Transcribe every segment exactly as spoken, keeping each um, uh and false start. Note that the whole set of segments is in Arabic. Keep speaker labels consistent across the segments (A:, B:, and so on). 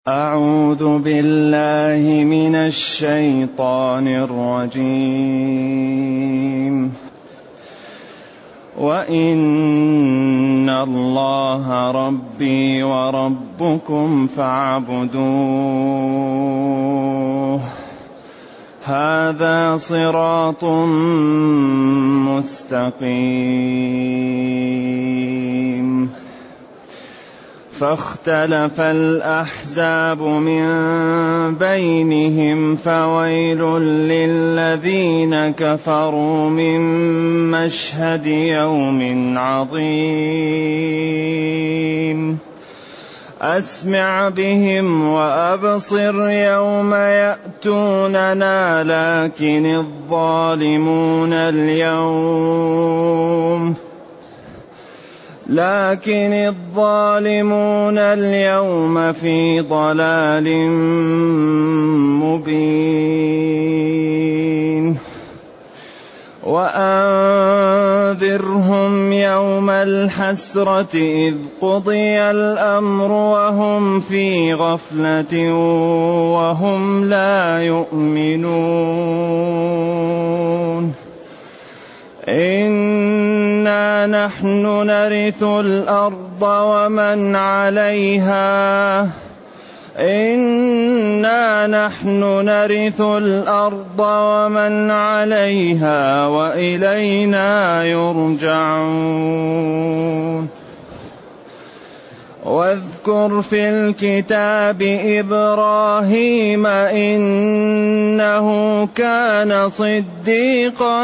A: أعوذ بالله من الشيطان الرجيم. وإن الله ربي وربكم فاعبدوه هذا صراط مستقيم. فاختلف الأحزاب من بينهم فويل للذين كفروا من مشهد يوم عظيم. أسمع بهم وأبصر يوم يأتوننا لكن الظالمون اليوم لكن الظالمون اليوم في ضلال مبين. وأنذرهم يوم الحسرة إذ قضي الأمر وهم في غفلة وهم لا يؤمنون. إنا نحن نرث الأرض ومن عليها إنا نحن نرث الأرض ومن عليها وإلينا يرجعون. واذكر في الكتاب إبراهيم إنه كان صديقا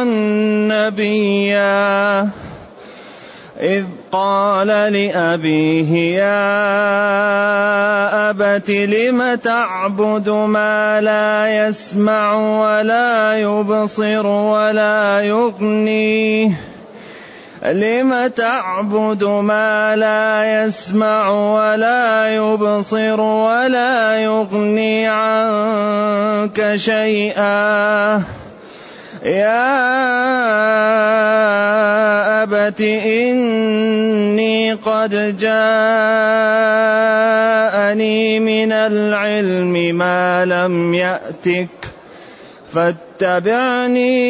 A: نبيا إذ قال لأبيه يا أبت لم تعبد ما لا يسمع ولا يبصر ولا يغني لم تعبد ما لا يسمع ولا يبصر ولا يغني عنك شيئا يا أبت إني قد جاءني من العلم ما لم يأتك فاتبعني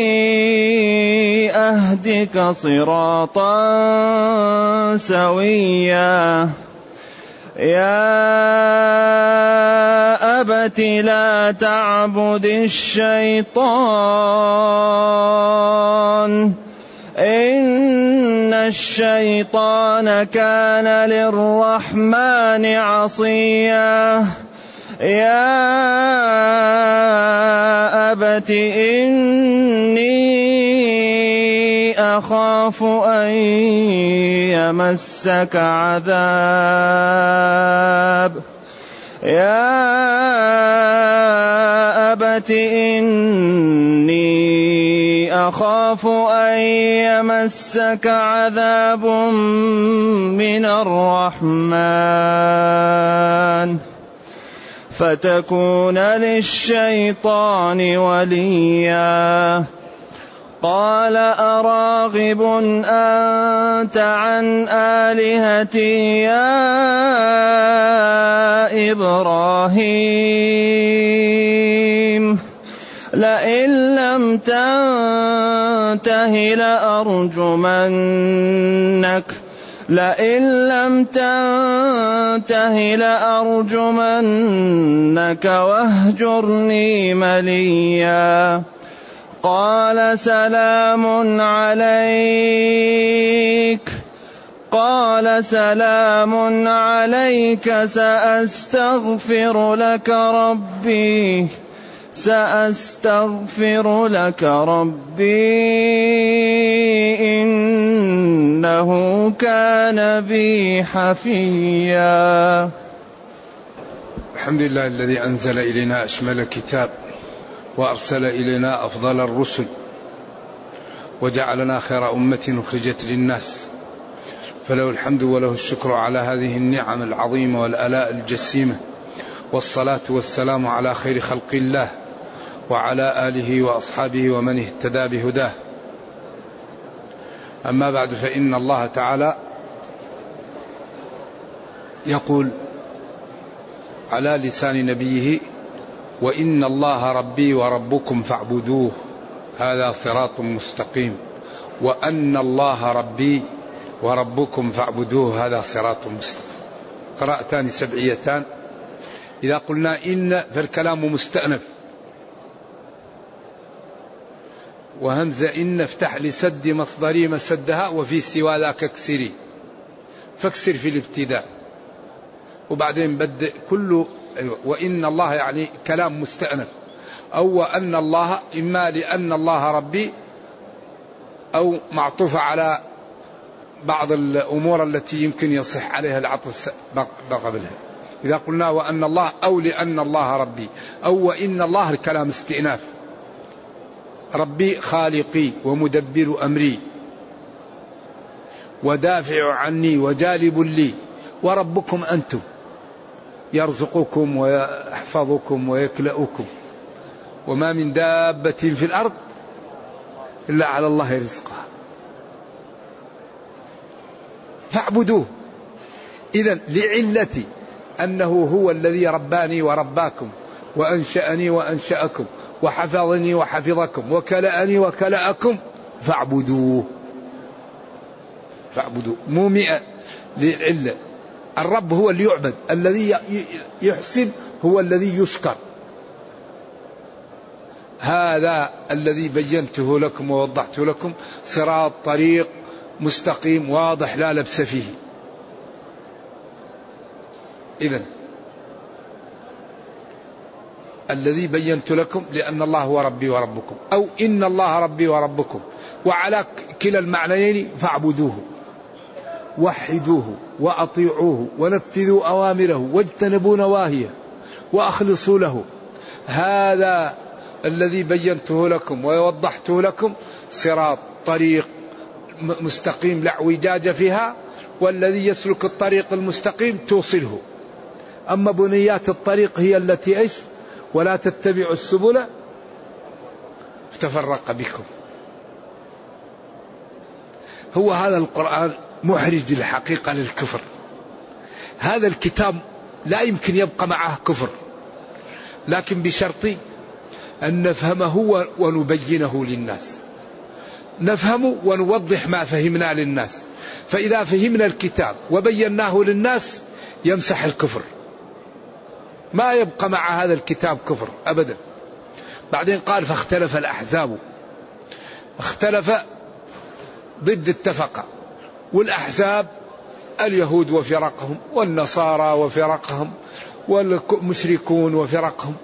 A: أهدك صراطا سويا. يا أبت لا تعبد الشيطان إن الشيطان كان للرحمن عصيا. يا أبت إني أخاف أن يمسك عذاب يا أبت إني أخاف أن يمسك عذاب من الرحمن فتكون للشيطان وليا. قال أراغب أنت عن آلهتي يا إبراهيم لئن لم تنته لأرجمنك لئن لم تنته لأرجمنك واهجرني مليا. قال سلام عليك قال سلام عليك سأستغفر لك ربي سأستغفر لك ربي إنه كان بي حفيا.
B: الحمد لله الذي أنزل إلينا أشمل كتاب وأرسل إلينا أفضل الرسل وجعلنا خير أمة أخرجت للناس فله الحمد وله الشكر على هذه النعم العظيمة والآلاء الجسيمة. والصلاة والسلام على خير خلق الله وعلى آله وأصحابه ومن اهتدى بهداه. أما بعد فإن الله تعالى يقول على لسان نبيه: وإن الله ربي وربكم فاعبدوه هذا صراط مستقيم، وأن الله ربي وربكم فاعبدوه هذا صراط مستقيم. قراءتان سبعيتان. إذا قلنا إن فالكلام مستأنف، وهمزة إن افتح لسد مصدري مسدها، وفي سوى ذاك اكسري، فاكسر في الابتداء وبعدين بدأ كله. وإن الله يعني كلام مستأنف، أو وأن الله، إما لأن الله ربي، أو معطوفة على بعض الأمور التي يمكن يصح عليها العطف قبلها. إذا قلنا وأن الله، أو لأن الله ربي، أو وإن الله، الكلام استئناف. ربي خالقي ومدبر أمري ودافع عني وجالب لي، وربكم أنتم يرزقكم ويحفظكم ويكلأكم، وما من دابة في الأرض إلا على الله رزقها فاعبدوه. إذن لعلة أنه هو الذي رباني ورباكم وأنشأني وأنشأكم وحفظني وحفظكم وكلأني وكلأكم فاعبدوه. فاعبدوه مو مئة لعلة. الرب هو اللي يعبد، الذي يحسن هو الذي يشكر. هذا الذي بينته لكم ووضحته لكم، صراط طريق مستقيم واضح لا لبس فيه. إذن الذي بينت لكم لأن الله هو ربي وربكم، أو إن الله ربي وربكم، وعلى كلا المعنيين فاعبدوه وحدوه وأطيعوه ونفذوا أوامره واجتنبوا نواهيه وأخلصوا له. هذا الذي بينته لكم ووضحته لكم، صراط طريق مستقيم لا اعوجاج فيها، والذي يسلك الطريق المستقيم توصله. أما بنيات الطريق هي التي إيش؟ ولا تتبعوا السبل فتفرق بكم. هو هذا القرآن محرج الحقيقة للكفر. هذا الكتاب لا يمكن يبقى معه كفر، لكن بشرط أن نفهمه ونبينه للناس، نفهمه ونوضح ما فهمنا للناس. فإذا فهمنا الكتاب وبيناه للناس يمسح الكفر، ما يبقى مع هذا الكتاب كفر أبدا. بعدين قال فاختلف الأحزاب، اختلف ضد اتفق. والأحزاب اليهود وفرقهم، والنصارى وفرقهم، والمشركون وفرقهم،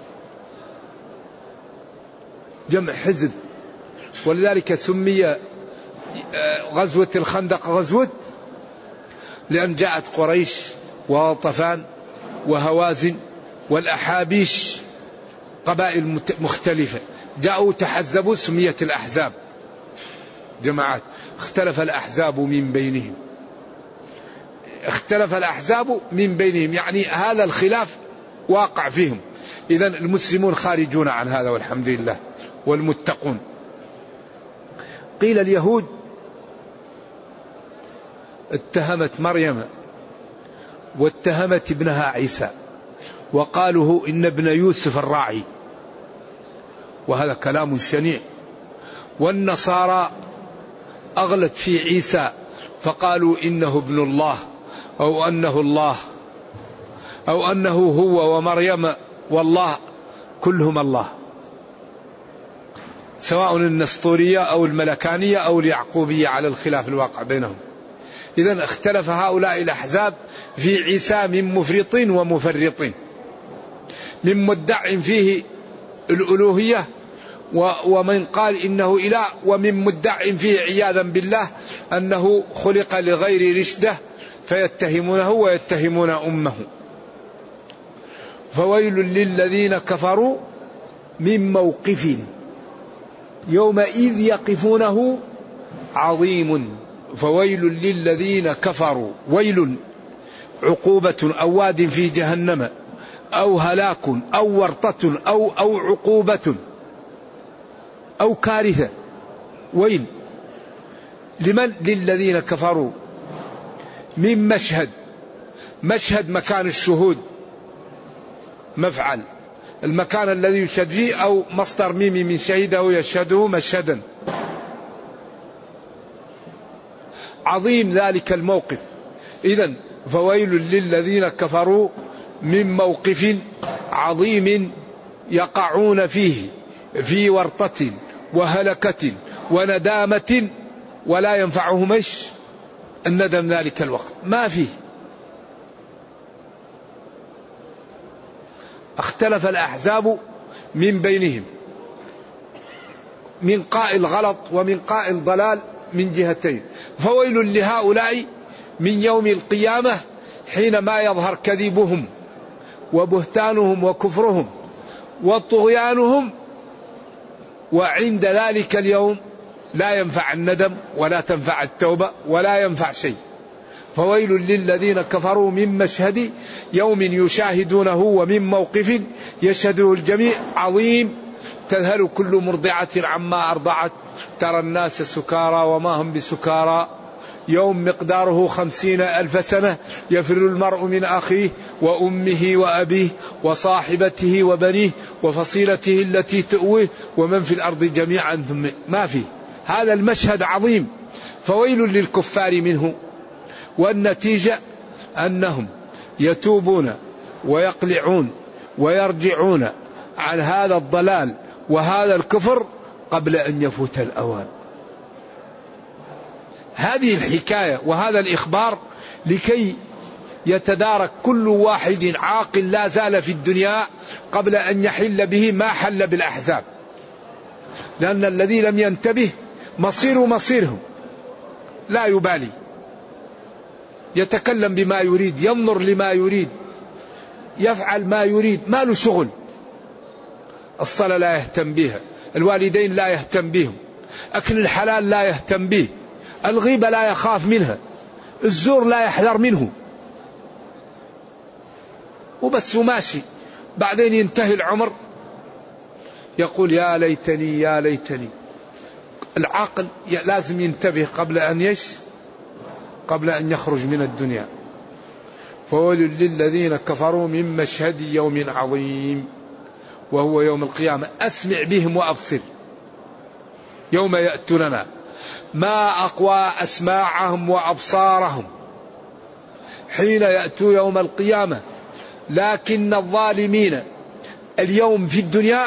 B: جمع حزب. ولذلك سمي غزوة الخندق غزوة، لأن جاءت قريش وطفان وهوازن والأحابيش قبائل مختلفة، جاءوا تحزبوا سميت الأحزاب جماعات. اختلف الأحزاب من بينهم، اختلف الأحزاب من بينهم، يعني هذا الخلاف واقع فيهم. إذن المسلمون خارجون عن هذا والحمد لله، والمتقون. قيل اليهود اتهمت مريم واتهمت ابنها عيسى، وقالوا إن ابن يوسف الراعي، وهذا كلام شنيع. والنصارى أغلت في عيسى فقالوا إنه ابن الله، أو أنه الله، أو أنه هو ومريم والله كلهم الله، سواء النسطورية أو الملكانية أو اليعقوبية، على الخلاف الواقع بينهم. إذن اختلف هؤلاء الأحزاب في عيسى من مفرطين ومفرطين، من مدع فيه الألوهية ومن قال إنه إله، ومن مدع فيه عياذا بالله أنه خلق لغير رشده فيتهمونه ويتهمون أمه. فويل للذين كفروا من موقف يومئذ يقفونه عظيم. فويل للذين كفروا، ويل عقوبة أو واد في جهنم، أو هلاك أو ورطة أو أو عقوبة أو كارثة. ويل لمن؟ للذين كفروا من مشهد، مشهد مكان الشهود، مفعل، المكان الذي يشهد فيه، أو مصدر ميمي من شهده يشهده مشهدا. عظيم ذلك الموقف. إذن فويل للذين كفروا من موقف عظيم يقعون فيه في ورطة وهلكة وندامة، ولا ينفعهم ايش الندم ذلك الوقت، ما فيه. اختلف الأحزاب من بينهم من قائل غلط ومن قائل ضلال من جهتين. فويل لهؤلاء من يوم القيامة حينما يظهر كذبهم وبهتانهم وكفرهم وطغيانهم، وعند ذلك اليوم لا ينفع الندم ولا تنفع التوبة ولا ينفع شيء. فويل للذين كفروا من مشهد يوم يشاهدونه ومن موقف يشهده الجميع عظيم. تذهل كل مرضعة عما أرضعت، ترى الناس سكارى وما هم بسكارى، يوم مقداره خمسين ألف سنة، يفر المرء من أخيه وأمه وأبيه وصاحبته وبنيه وفصيلته التي تؤويه ومن في الأرض جميعا ثم ما فيه. هذا المشهد عظيم، فويل للكفار منه. والنتيجة أنهم يتوبون ويقلعون ويرجعون عن هذا الضلال وهذا الكفر قبل أن يفوت الأوان. هذه الحكاية وهذا الإخبار لكي يتدارك كل واحد عاقل لا زال في الدنيا قبل أن يحل به ما حل بالأحزاب، لأن الذي لم ينتبه مصير مصيرهم، لا يبالي، يتكلم بما يريد، ينظر لما يريد، يفعل ما يريد، ما له شغل. الصلاة لا يهتم بها، الوالدين لا يهتم بهم، أكل الحلال لا يهتم به، الغيبة لا يخاف منها، الزور لا يحذر منه، وبس ماشي. بعدين ينتهي العمر يقول يا ليتني يا ليتني. العاقل لازم ينتبه قبل أن يش قبل أن يخرج من الدنيا. فويل للذين كفروا من مشهد يوم عظيم وهو يوم القيامة. أسمع بهم وأبصر يوم يأتوننا، ما أقوى أسماعهم وأبصارهم حين يأتوا يوم القيامة. لكن الظالمين اليوم في الدنيا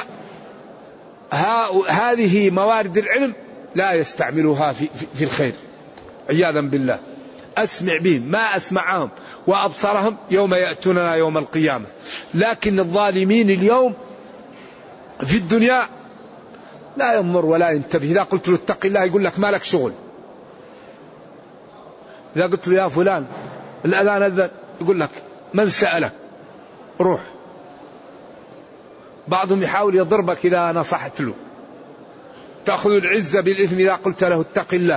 B: هذه موارد العلم لا يستعملوها في, في الخير عياذا بالله. أسمع بهم ما أسمعهم وأبصرهم يوم يأتوننا يوم القيامة. لكن الظالمين اليوم في الدنيا لا ينظر ولا ينتبه. إذا قلت له اتق الله يقول لك ما لك شغل. إذا قلت له يا فلان الأذان أذن يقول لك من سألك روح. بعضهم يحاول يضربك إذا نصحت له. تأخذ العزة بالإثم إذا قلت له اتق الله.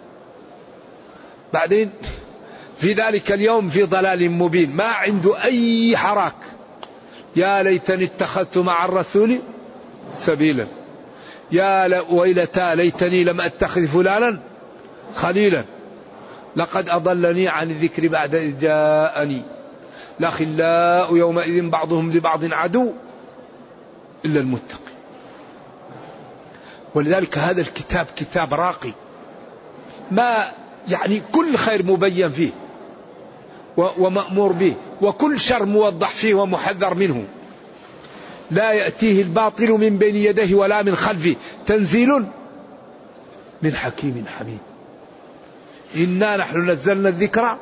B: بعدين في ذلك اليوم في ضلال مبين ما عنده أي حراك. يا ليتني اتخذت مع الرسول سبيلا، يا ويلتى ليتني لم أتخذ فلانا خليلا، لقد أضلني عن الذكر بعد إذ جاءني، الأخلاء يومئذ بعضهم لبعض عدو إلا المتقين. ولذلك هذا الكتاب كتاب راقي، ما يعني كل خير مبين فيه ومأمور به، وكل شر موضح فيه ومحذر منه. لا يأتيه الباطل من بين يديه ولا من خلفه، تنزيل من حكيم حميد. إنا نحن نزلنا الذكر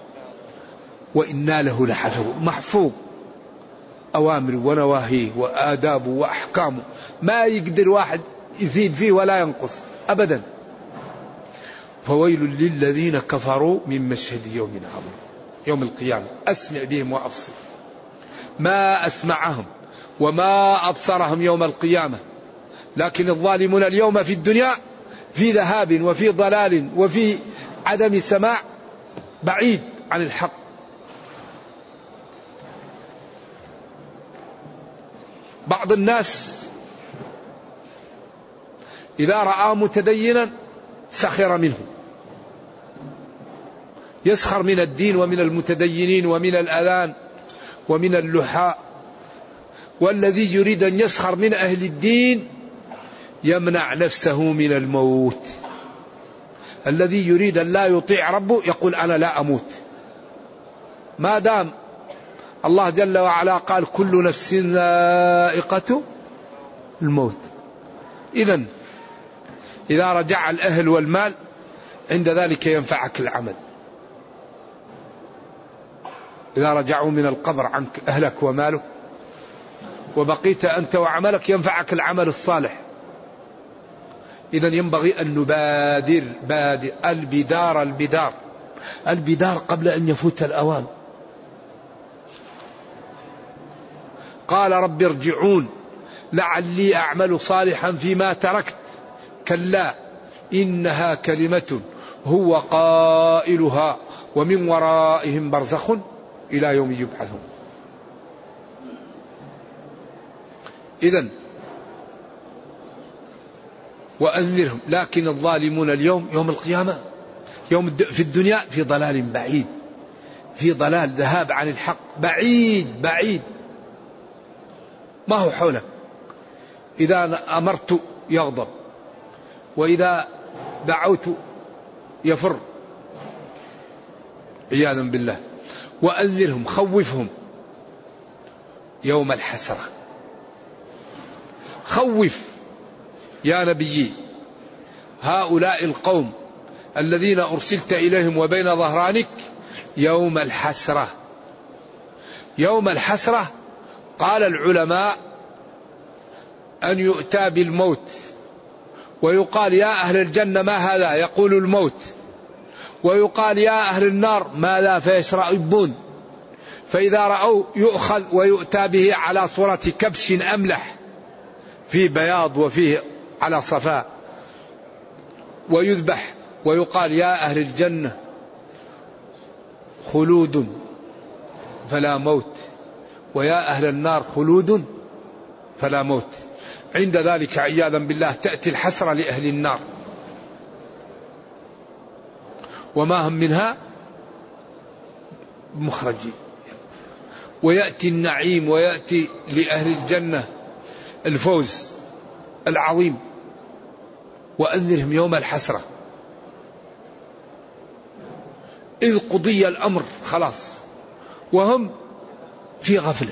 B: وإنا له لحافظون. محفوظ أوامر ونواهيه وآداب وأحكامه، ما يقدر واحد يزيد فيه ولا ينقص أبدا. فويل للذين كفروا من مشهد يوم عظيم يوم القيامة. أسمع بهم وأبصر ما أسمعهم وما أبصرهم يوم القيامة. لكن الظالمون اليوم في الدنيا في ذهاب وفي ضلال وفي عدم سماع، بعيد عن الحق. بعض الناس إذا رأى متدينا سخر منه، يسخر من الدين ومن المتدينين ومن الأذان ومن اللحاء
C: والذي يريد أن يسخر من أهل الدين يمنع نفسه من الموت. الذي يريد أن لا يطيع ربه يقول أنا لا أموت، ما دام الله جل وعلا قال كل نفس ذائقة الموت. إذن إذا رجع الأهل والمال عند ذلك ينفعك العمل. إذا رجعوا من القبر عنك أهلك ومالك وبقيت أنت وعملك ينفعك العمل الصالح. إذن ينبغي أن نبادر بادر البدار البدار البدار قبل أن يفوت الأوان. قال رب ارجعون لعلي أعمل صالحا فيما تركت كلا إنها كلمة هو قائلها ومن ورائهم برزخ إلى يوم يبعثون. إذن وأنذرهم، لكن الظالمون اليوم يوم القيامة يوم في الدنيا في ضلال بعيد، في ضلال ذهاب عن الحق بعيد بعيد ما هو حولك. إذا أمرت يغضب، وإذا دعوت يفر عياذا بالله. وأنذرهم خوفهم يوم الحسرة. خوف يا نبي هؤلاء القوم الذين أرسلت إليهم وبين ظهرانك يوم الحسرة. يوم الحسرة قال العلماء أن يؤتى بالموت ويقال يا أهل الجنة ما هذا، يقول الموت، ويقال يا أهل النار ما لا فيشربون، فإذا رأوا يؤخذ ويؤتى به على صورة كبش أملح فيه بياض وفيه على صفاء ويذبح، ويقال يا أهل الجنة خلود فلا موت، ويا أهل النار خلود فلا موت. عند ذلك عياذا بالله تأتي الحسرة لأهل النار وما هم منها مخرجين، ويأتي النعيم ويأتي لأهل الجنة الفوز العظيم. وأنذرهم يوم الحسرة إذ قضي الأمر خلاص وهم في غفلة،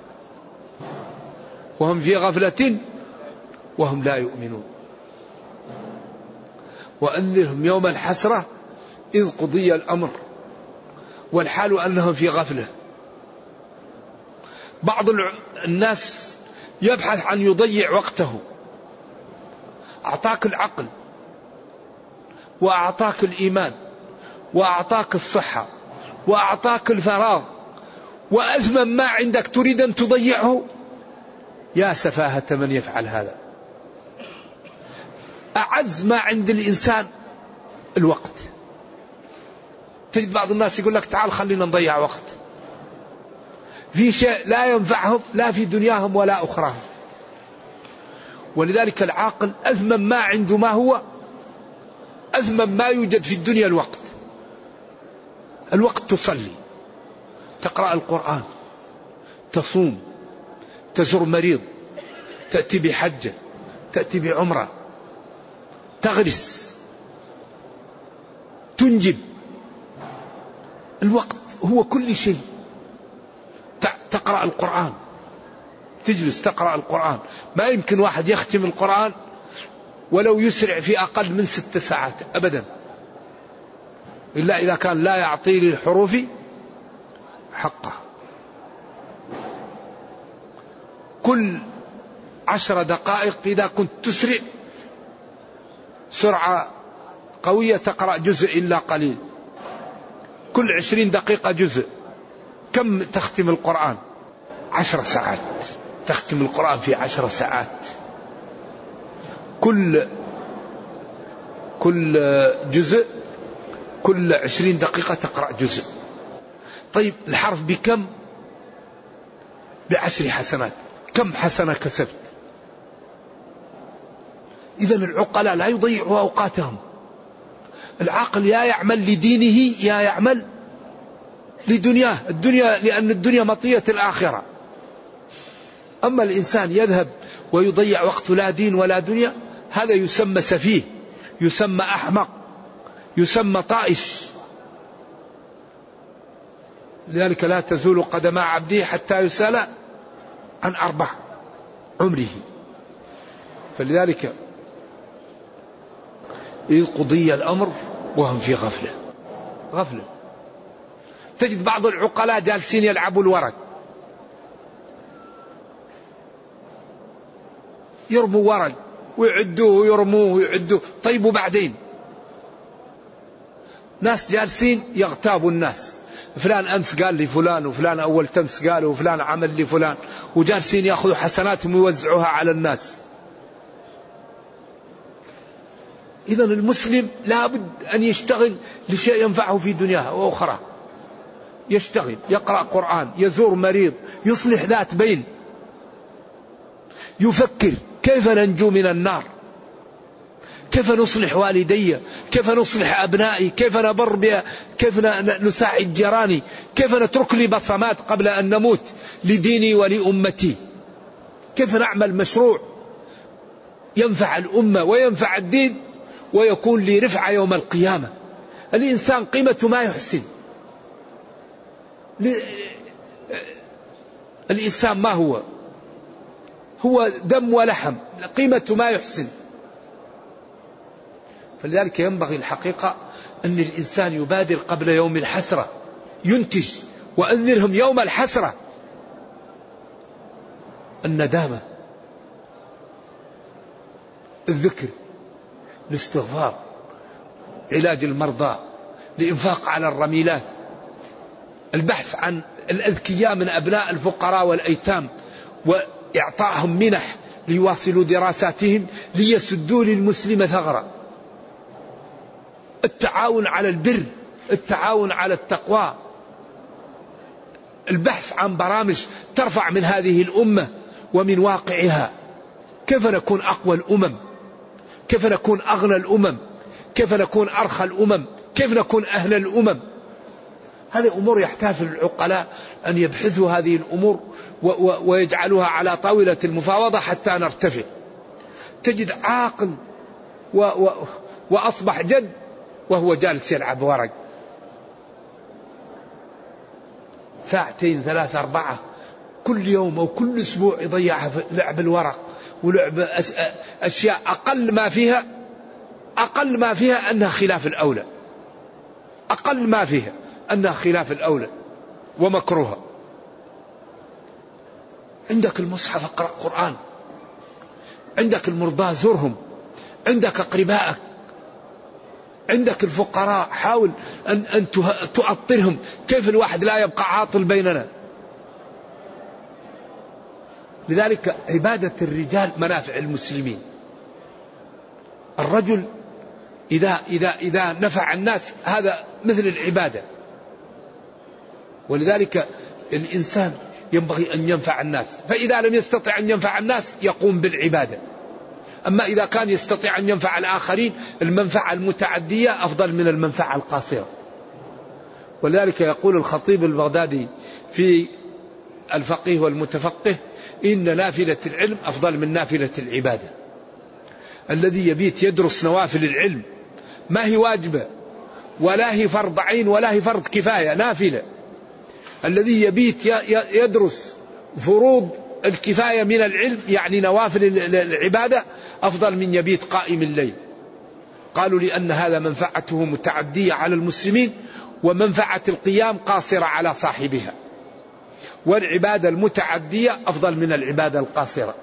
C: وهم في غفلة وهم لا يؤمنون. وأنذرهم يوم الحسرة إذ قضي الأمر والحال أنهم في غفلة. بعض الناس يبحث عن يضيع وقته. أعطاك العقل وأعطاك الإيمان وأعطاك الصحة وأعطاك الفراغ، وأثمن ما عندك تريد أن تضيعه. يا سفاهة من يفعل هذا. أعز ما عند الإنسان الوقت. تجد بعض الناس يقول لك تعال خلينا نضيع وقت في شيء لا ينفعهم لا في دنياهم ولا أخراهم. ولذلك العاقل أثمن ما عنده ما هو أثمن ما يوجد في الدنيا الوقت. الوقت تصلي، تقرأ القرآن، تصوم، تزور مريض، تأتي بحجة، تأتي بعمرة، تغرس، تنجب. الوقت هو كل شيء. تقرأ القرآن، تجلس تقرأ القرآن. ما يمكن واحد يختم القرآن ولو يسرع في أقل من ست ساعات أبدا، إلا إذا كان لا يعطي للحروف حقها. كل عشر دقائق إذا كنت تسرع سرعة قوية تقرأ جزء إلا قليل. كل عشرين دقيقة جزء. كم تختم القرآن؟ عشر ساعات. تختم القرآن في عشر ساعات. كل كل جزء كل عشرين دقيقة تقرأ جزء. طيب الحرف بكم؟ بعشر حسنات. كم حسنة كسبت؟ إذن العقلاء لا يضيعوا أوقاتهم. العاقل يا يعمل لدينه يا يعمل لدنياه. الدنيا لأن الدنيا مطية الآخرة. أما الإنسان يذهب ويضيع وقته لا دين ولا دنيا، هذا يسمى سفيه، يسمى أحمق، يسمى طائش. لذلك لا تزول قدم عبده حتى يسأل عن أربع عمره. فلذلك إذ قضي الأمر وهم في غفلة غفلة تجد بعض العقلاء جالسين يلعبوا الورق، يرموا ورق ويعدوه ويرموه ويعدوه. طيب وبعدين؟ ناس جالسين يغتابوا الناس، فلان أمس قال لي فلان، وفلان أول تمس قال، وفلان عمل لي فلان، وجالسين يأخذوا حسناتهم ويوزعوها على الناس. إذن المسلم لابد أن يشتغل لشيء ينفعه في دنياه وأخرى، يشتغل، يقرأ قرآن، يزور مريض، يصلح ذات بين، يفكر كيف ننجو من النار، كيف نصلح والدي، كيف نصلح أبنائي، كيف نبر بها، كيف نساعد جيراني، كيف نترك لي بصمات قبل أن نموت لديني ولأمتي، كيف نعمل مشروع ينفع الأمة وينفع الدين ويكون لي رفعة يوم القيامة. الإنسان قيمته ما يحسن. الإنسان ما هو؟ هو دم ولحم، قيمته ما يحسن. فلذلك ينبغي الحقيقة أن الإنسان يبادر قبل يوم الحسرة، ينتج. وأنذرهم يوم الحسرة، الندامة، الذكر، الاستغفار، علاج المرضى، الإنفاق على الرميلات، البحث عن الأذكياء من أبناء الفقراء والأيتام وإعطائهم منح ليواصلوا دراساتهم ليسدوا للمسلم ثغرا، التعاون على البر، التعاون على التقوى، البحث عن برامج ترفع من هذه الأمة ومن واقعها. كيف نكون أقوى الأمم، كيف نكون أغنى الأمم، كيف نكون أرخى الأمم، كيف نكون أهل الأمم. هذه أمور يحتاج العقلاء أن يبحثوا هذه الأمور ويجعلوها على طاولة المفاوضة حتى نرتفع. تجد عاقل و و وأصبح جد وهو جالس يلعب ورق ساعتين ثلاثة أربعة كل يوم أو كل أسبوع يضيعها في لعب الورق ولعب أشياء أقل ما فيها أقل ما فيها أنها خلاف الأولى، أقل ما فيها أنها خلاف الأولى ومكروها. عندك المصحف اقرأ قرآن، عندك المرضى زورهم، عندك أقربائك، عندك الفقراء حاول أن, أن تؤطرهم. كيف الواحد لا يبقى عاطل بيننا؟ لذلك عبادة الرجال منافع المسلمين. الرجل إذا, إذا, إذا نفع الناس هذا مثل العبادة. ولذلك الإنسان ينبغي أن ينفع الناس، فإذا لم يستطع أن ينفع الناس يقوم بالعبادة. أما إذا كان يستطيع أن ينفع الآخرين المنفعة المتعدية أفضل من المنفعة القاصرة. ولذلك يقول الخطيب البغدادي في الفقيه والمتفقه: إن نافلة العلم أفضل من نافلة العبادة. الذي يبيت يدرس نوافل العلم ما هي واجبة ولا هي فرض عين ولا هي فرض كفاية، نافلة. الذي يبيت يدرس فروض الكفاية من العلم يعني نوافل العبادة أفضل من يبيت قائم الليل. قالوا لأن هذا منفعته متعدية على المسلمين ومنفعة القيام قاصرة على صاحبها، والعبادة المتعدية أفضل من العبادة القاصرة.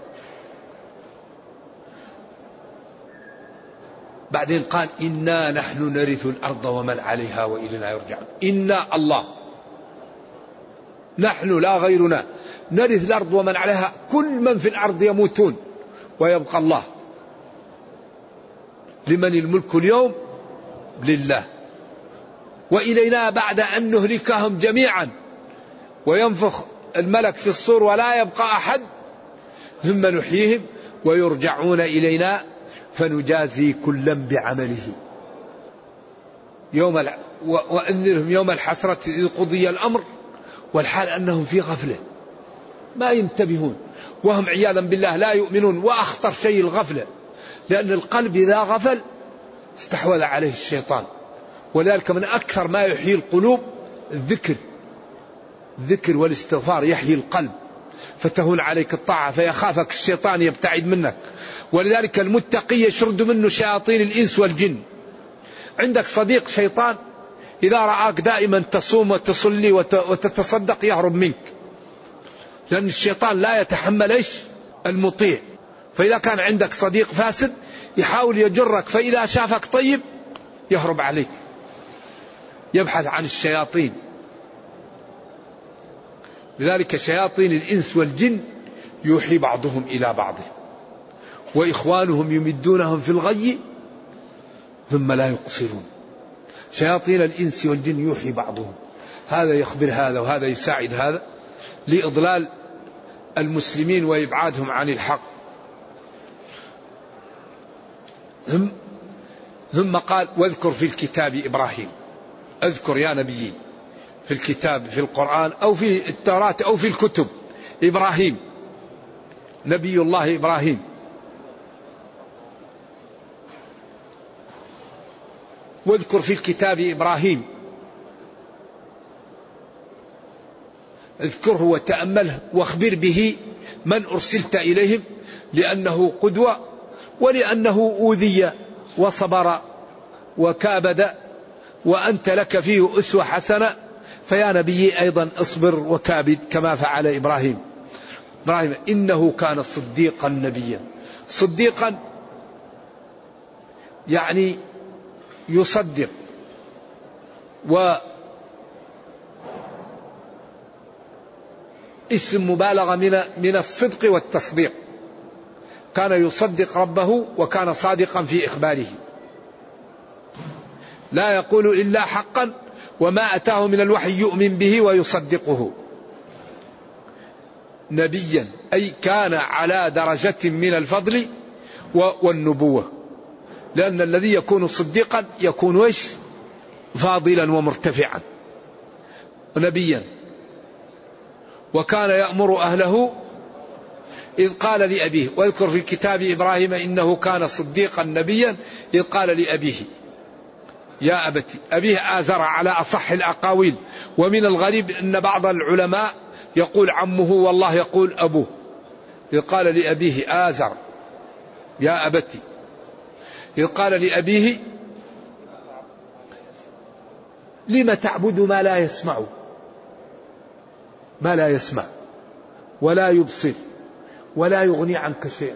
C: بعدين قال: إنا نحن نرث الأرض ومن عليها وإلينا يرجعون. إنا الله، نحن لا غيرنا، نرث الأرض ومن عليها، كل من في الأرض يموتون ويبقى الله. لمن الملك اليوم؟ لله. وإلينا بعد أن نهلكهم جميعا وينفخ الملك في الصور ولا يبقى أحد ثم نحييهم ويرجعون إلينا فنجازي كلا بعمله. يوم ال... وأنذرهم يوم الحسرة إذ قضي الأمر والحال أنهم في غفلة. ما ينتبهون، وهم عياذا بالله لا يؤمنون. وأخطر شيء الغفلة، لأن القلب إذا غفل استحوذ عليه الشيطان. ولذلك من أكثر ما يحيي القلوب الذكر، الذكر والاستغفار يحيي القلب، فتهون عليك الطاعة فيخافك الشيطان يبتعد منك. ولذلك المتقي يشرد منه شياطين الإنس والجن. عندك صديق شيطان إذا رآك دائما تصوم وتصلي وتتصدق يهرب منك، لأن الشيطان لا يتحمل إيش المطيع. فإذا كان عندك صديق فاسد يحاول يجرك، فإذا شافك طيب يهرب عليك، يبحث عن الشياطين. لذلك شياطين الإنس والجن يوحي بعضهم إلى بعض، وإخوانهم يمدونهم في الغي ثم لا يقصرون. شياطين الإنس والجن يوحي بعضهم، هذا يخبر هذا وهذا يساعد هذا لإضلال المسلمين وإبعادهم عن الحق. ثم قال واذكر في الكتاب إبراهيم. اذكر يا نبي في الكتاب، في القرآن أو في التوراة أو في الكتب، إبراهيم نبي الله إبراهيم. واذكر في الكتاب إبراهيم، اذكره وتأمله واخبر به من أرسلت إليهم، لأنه قدوة ولأنه أوذي وصبر وكابد، وأنت لك فيه أسوة حسنة، فيا نبي أيضا اصبر وكابد كما فعل إبراهيم. إبراهيم إنه كان صديقا نبيا. صديقا يعني يصدق، و اسم مبالغة من من الصدق والتصديق. كان يصدق ربه وكان صادقا في إخباره، لا يقول إلا حقا، وما أتاه من الوحي يؤمن به ويصدقه. نبيا أي كان على درجة من الفضل والنبوة، لأن الذي يكون صديقا يكون وش فاضلا ومرتفعا. نبيا وكان يأمر أهله إذ قال لأبيه. واذكر في الكتاب إبراهيم إنه كان صديقا نبيا إذ قال لأبيه يا أبتي. أبيه آزر على أصح الأقاويل، ومن الغريب أن بعض العلماء يقول عمه والله يقول أبوه. إذ قال لأبيه آزر يا أبتي، إذ قال لأبيه لم تعبد ما لا يسمع ما لا يسمع ولا يبصر ولا يغني عنك شيئا.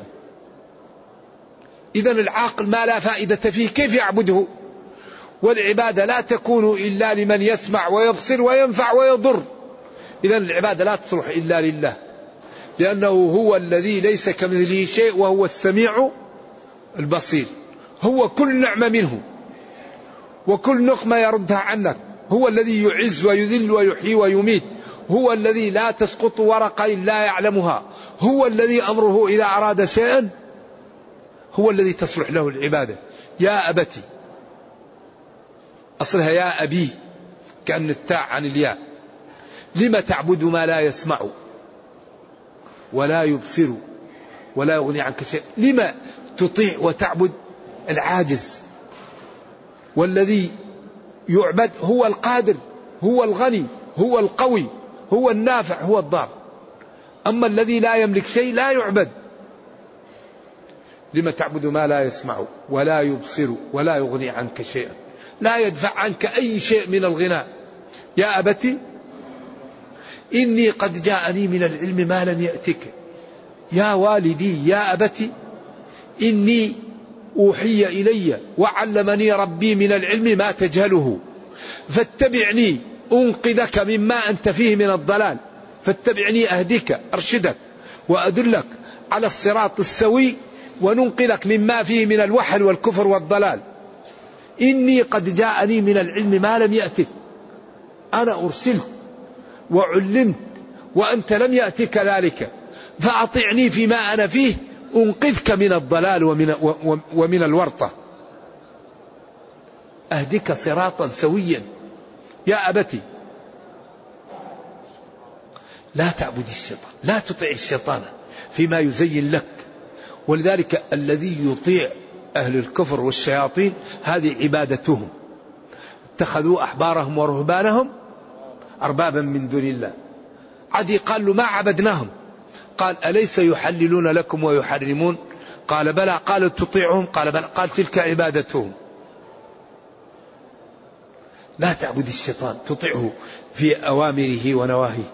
C: إذن العاقل ما لا فائدة فيه كيف يعبده؟ والعبادة لا تكون إلا لمن يسمع ويبصر وينفع ويضر. إذن العبادة لا تصلح إلا لله، لأنه هو الذي ليس كمثله شيء وهو السميع البصير. هو كل نعمة منه وكل نقمة يردها عنك. هو الذي يعز ويذل ويحيي ويميت. هو الذي لا تسقط ورقة إلا يعلمها. هو الذي أمره إذا أراد شيئا هو الذي تصلح له العبادة. يا أبتي، أصلها يا أبي كأن التاء عن الياء. لما تعبد ما لا يسمع ولا يبصر ولا يغني عنك شيء؟ لما تطيع وتعبد العاجز؟ والذي يعبد هو القادر، هو الغني، هو القوي، هو النافع، هو الضار. أما الذي لا يملك شيء لا يعبد. لما تعبد ما لا يسمع ولا يبصر ولا يغني عنك شيئا، لا يدفع عنك أي شيء من الغناء. يا أبتي إني قد جاءني من العلم ما لم يأتك. يا والدي يا أبتي إني أوحي إلي وعلمني ربي من العلم ما تجهله، فاتبعني أنقذك مما أنت فيه من الضلال. فاتبعني أهديك أرشدك وأدلك على الصراط السوي وننقذك مما فيه من الوحل والكفر والضلال. إني قد جاءني من العلم ما لم يأتك. أنا أرسلت وعلمت وأنت لم يأتك ذلك، فأطعني فيما أنا فيه أنقذك من الضلال ومن, ومن الورطة. أهدك صراطا سويا. يا أبتي لا تعبد الشيطان، لا تطع الشيطان فيما يزين لك. ولذلك الذي يطيع أهل الكفر والشياطين هذه عبادتهم، اتخذوا أحبارهم ورهبانهم أربابا من دون الله. عدي قال له ما عبدناهم، قال أليس يحللون لكم ويحرمون؟ قال بلى. قال تطيعهم؟ قال بلى. قال تلك عبادتهم. لا تعبد الشيطان، تطيعه في أوامره ونواهيه.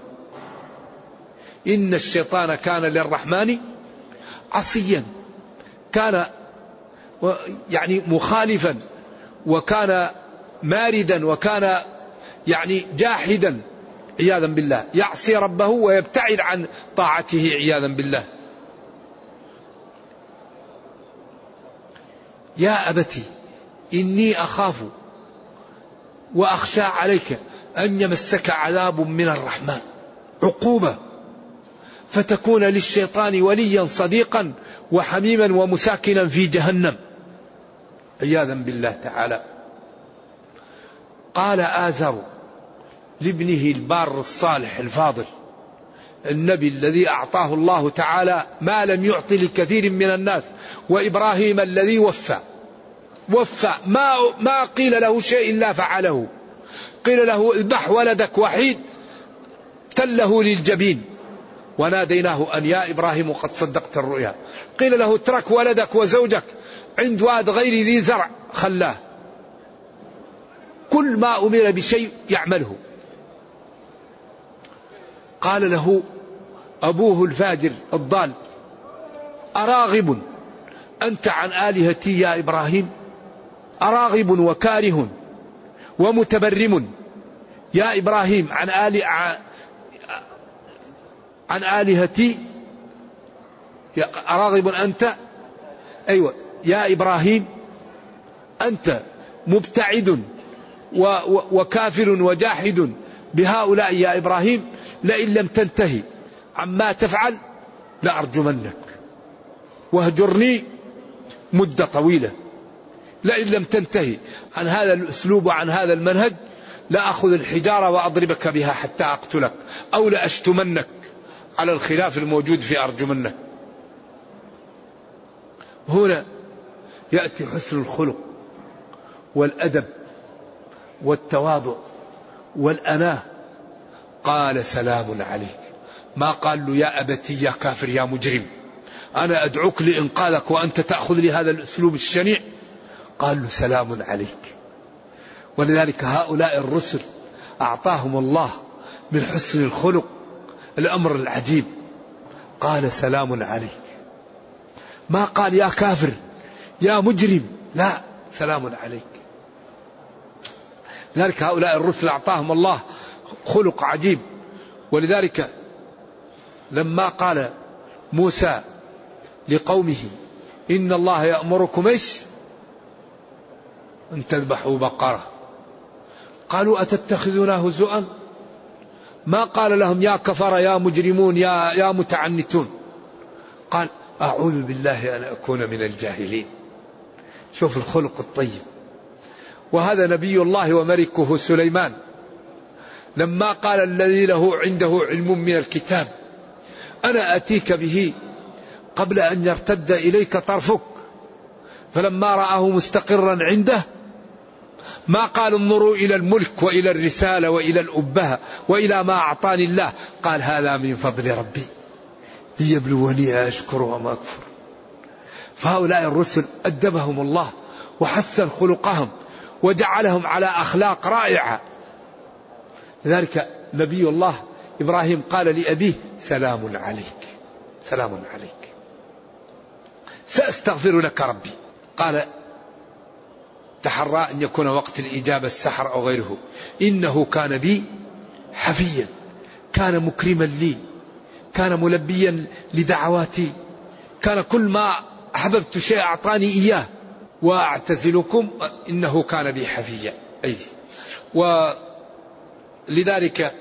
C: إن الشيطان كان للرحمن عصيا، كان يعني مخالفا، وكان ماردا، وكان يعني جاحدا عياذا بالله، يعصي ربه ويبتعد عن طاعته عياذا بالله. يا أبتي إني أخاف وأخشى عليك أن يمسك عذاب من الرحمن، عقوبة، فتكون للشيطان وليا صديقا وحميما ومساكنا في جهنم عياذا بالله تعالى. قال آزر لابنه البار الصالح الفاضل، النبي الذي أعطاه الله تعالى ما لم يعطي لكثير من الناس، وإبراهيم الذي وفى وفى ما, ما قيل له شيء إلا فعله. قيل له اذبح ولدك وحيد تله للجبين وناديناه أن يا إبراهيم قد صدقت الرؤيا. قيل له اترك ولدك وزوجك عند واد غير ذي زرع خلاه. كل ما أمر بشيء يعمله. قال له أبوه الفاجر الضال أراغب أنت عن آلهتي يا إبراهيم؟ أراغب وكاره ومتبرم يا إبراهيم عن آل عن آلهتي؟ أراغب أنت، أيوة يا إبراهيم أنت مبتعد وكافر وجاحد بهؤلاء يا إبراهيم، لئن لم تنتهي عما تفعل لأرجمنك واهجرني مدة طويلة. لئن لم تنتهي عن هذا الأسلوب وعن هذا المنهج لأخذ الحجارة وأضربك بها حتى أقتلك، أو لأشتمنك على الخلاف الموجود في أرجمنك. هنا يأتي حسن الخلق والأدب والتواضع والأناة. قال سلام عليك، ما قال له يا أبتي يا كافر يا مجرم أنا أدعوك لإنقاذك وأنت تأخذ لي هذا الأسلوب الشنيع. قال له سلام عليك. ولذلك هؤلاء الرسل أعطاهم الله من حسن الخلق الأمر العجيب. قال سلام عليك، ما قال يا كافر يا مجرم، لا، سلام عليك. لذلك هؤلاء الرسل أعطاهم الله خلق عجيب. ولذلك لما قال موسى لقومه إن الله يأمركم إيش أن تذبحوا بقرة، قالوا أتتخذنا هزؤا؟ ما قال لهم يا كفر يا مجرمون يا, يا متعنتون، قال أعوذ بالله أن أكون من الجاهلين. شوف الخلق الطيب. وهذا نبي الله وملكه سليمان لما قال الذي له عنده علم من الكتاب أنا أتيك به قبل أن يرتد إليك طرفك، فلما رآه مستقرا عنده ما قال انظروا إلى الملك وإلى الرسالة وإلى الأبهة وإلى ما أعطاني الله، قال هذا من فضل ربي ليبلوني أشكر وما أكفر. فهؤلاء الرسل أدبهم الله وحسن خلقهم وجعلهم على أخلاق رائعة. لذلك نبي الله إبراهيم قال لأبيه سلام عليك، سلام عليك، سأستغفر لك ربي. قال تحرى أن يكون وقت الإجابة السحر أو غيره. إنه كان بي حفيا، كان مكرما لي، كان ملبيا لدعواتي، كان كل ما أحببت شيء أعطاني إياه. وأعتزلكم إنه كان بي حفيا. أي ولذلك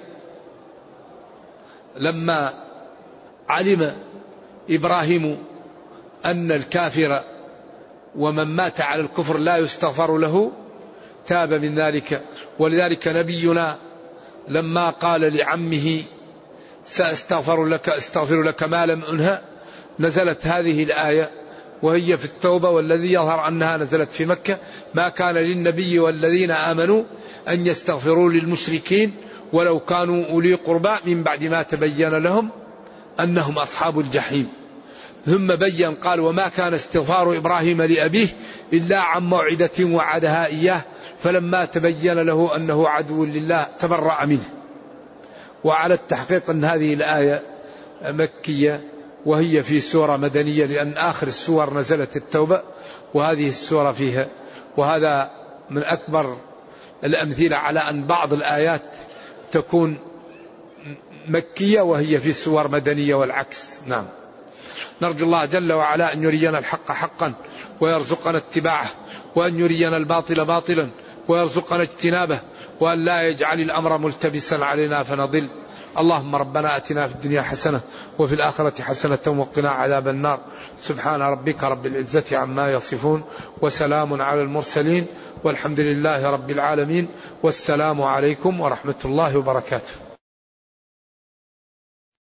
C: لما علم إبراهيم أن الكافر ومن مات على الكفر لا يستغفر له تاب من ذلك. ولذلك نبينا لما قال لعمه سأستغفر لك استغفر لك ما لم أنهى، نزلت هذه الآية وهي في التوبة، والذي يظهر أنها نزلت في مكة. ما كان للنبي والذين آمنوا أن يستغفروا للمشركين ولو كانوا أولي قربى من بعد ما تبين لهم أنهم أصحاب الجحيم. ثم بين قال وما كان استغفار إبراهيم لأبيه إلا عن موعدة وعدها إياه فلما تبين له أنه عدو لله تبرأ منه. وعلى التحقيق أن هذه الآية مكية وهي في سورة مدنية، لأن آخر السور نزلت التوبة وهذه السورة فيها. وهذا من أكبر الأمثلة على أن بعض الآيات تكون مكية وهي في سور مدنية والعكس. نعم. نرجو الله جل وعلا أن يرينا الحق حقا ويرزقنا اتباعه، وأن يرينا الباطل باطلا ويرزقنا اجتنابه، وأن لا يجعل الأمر ملتبسا علينا فنضل. اللهم ربنا أتنا في الدنيا حسنة وفي الآخرة حسنة وقنا عذاب النار. سبحان ربك رب العزة عما يصفون وسلام على المرسلين والحمد لله رب العالمين، والسلام عليكم ورحمة الله وبركاته.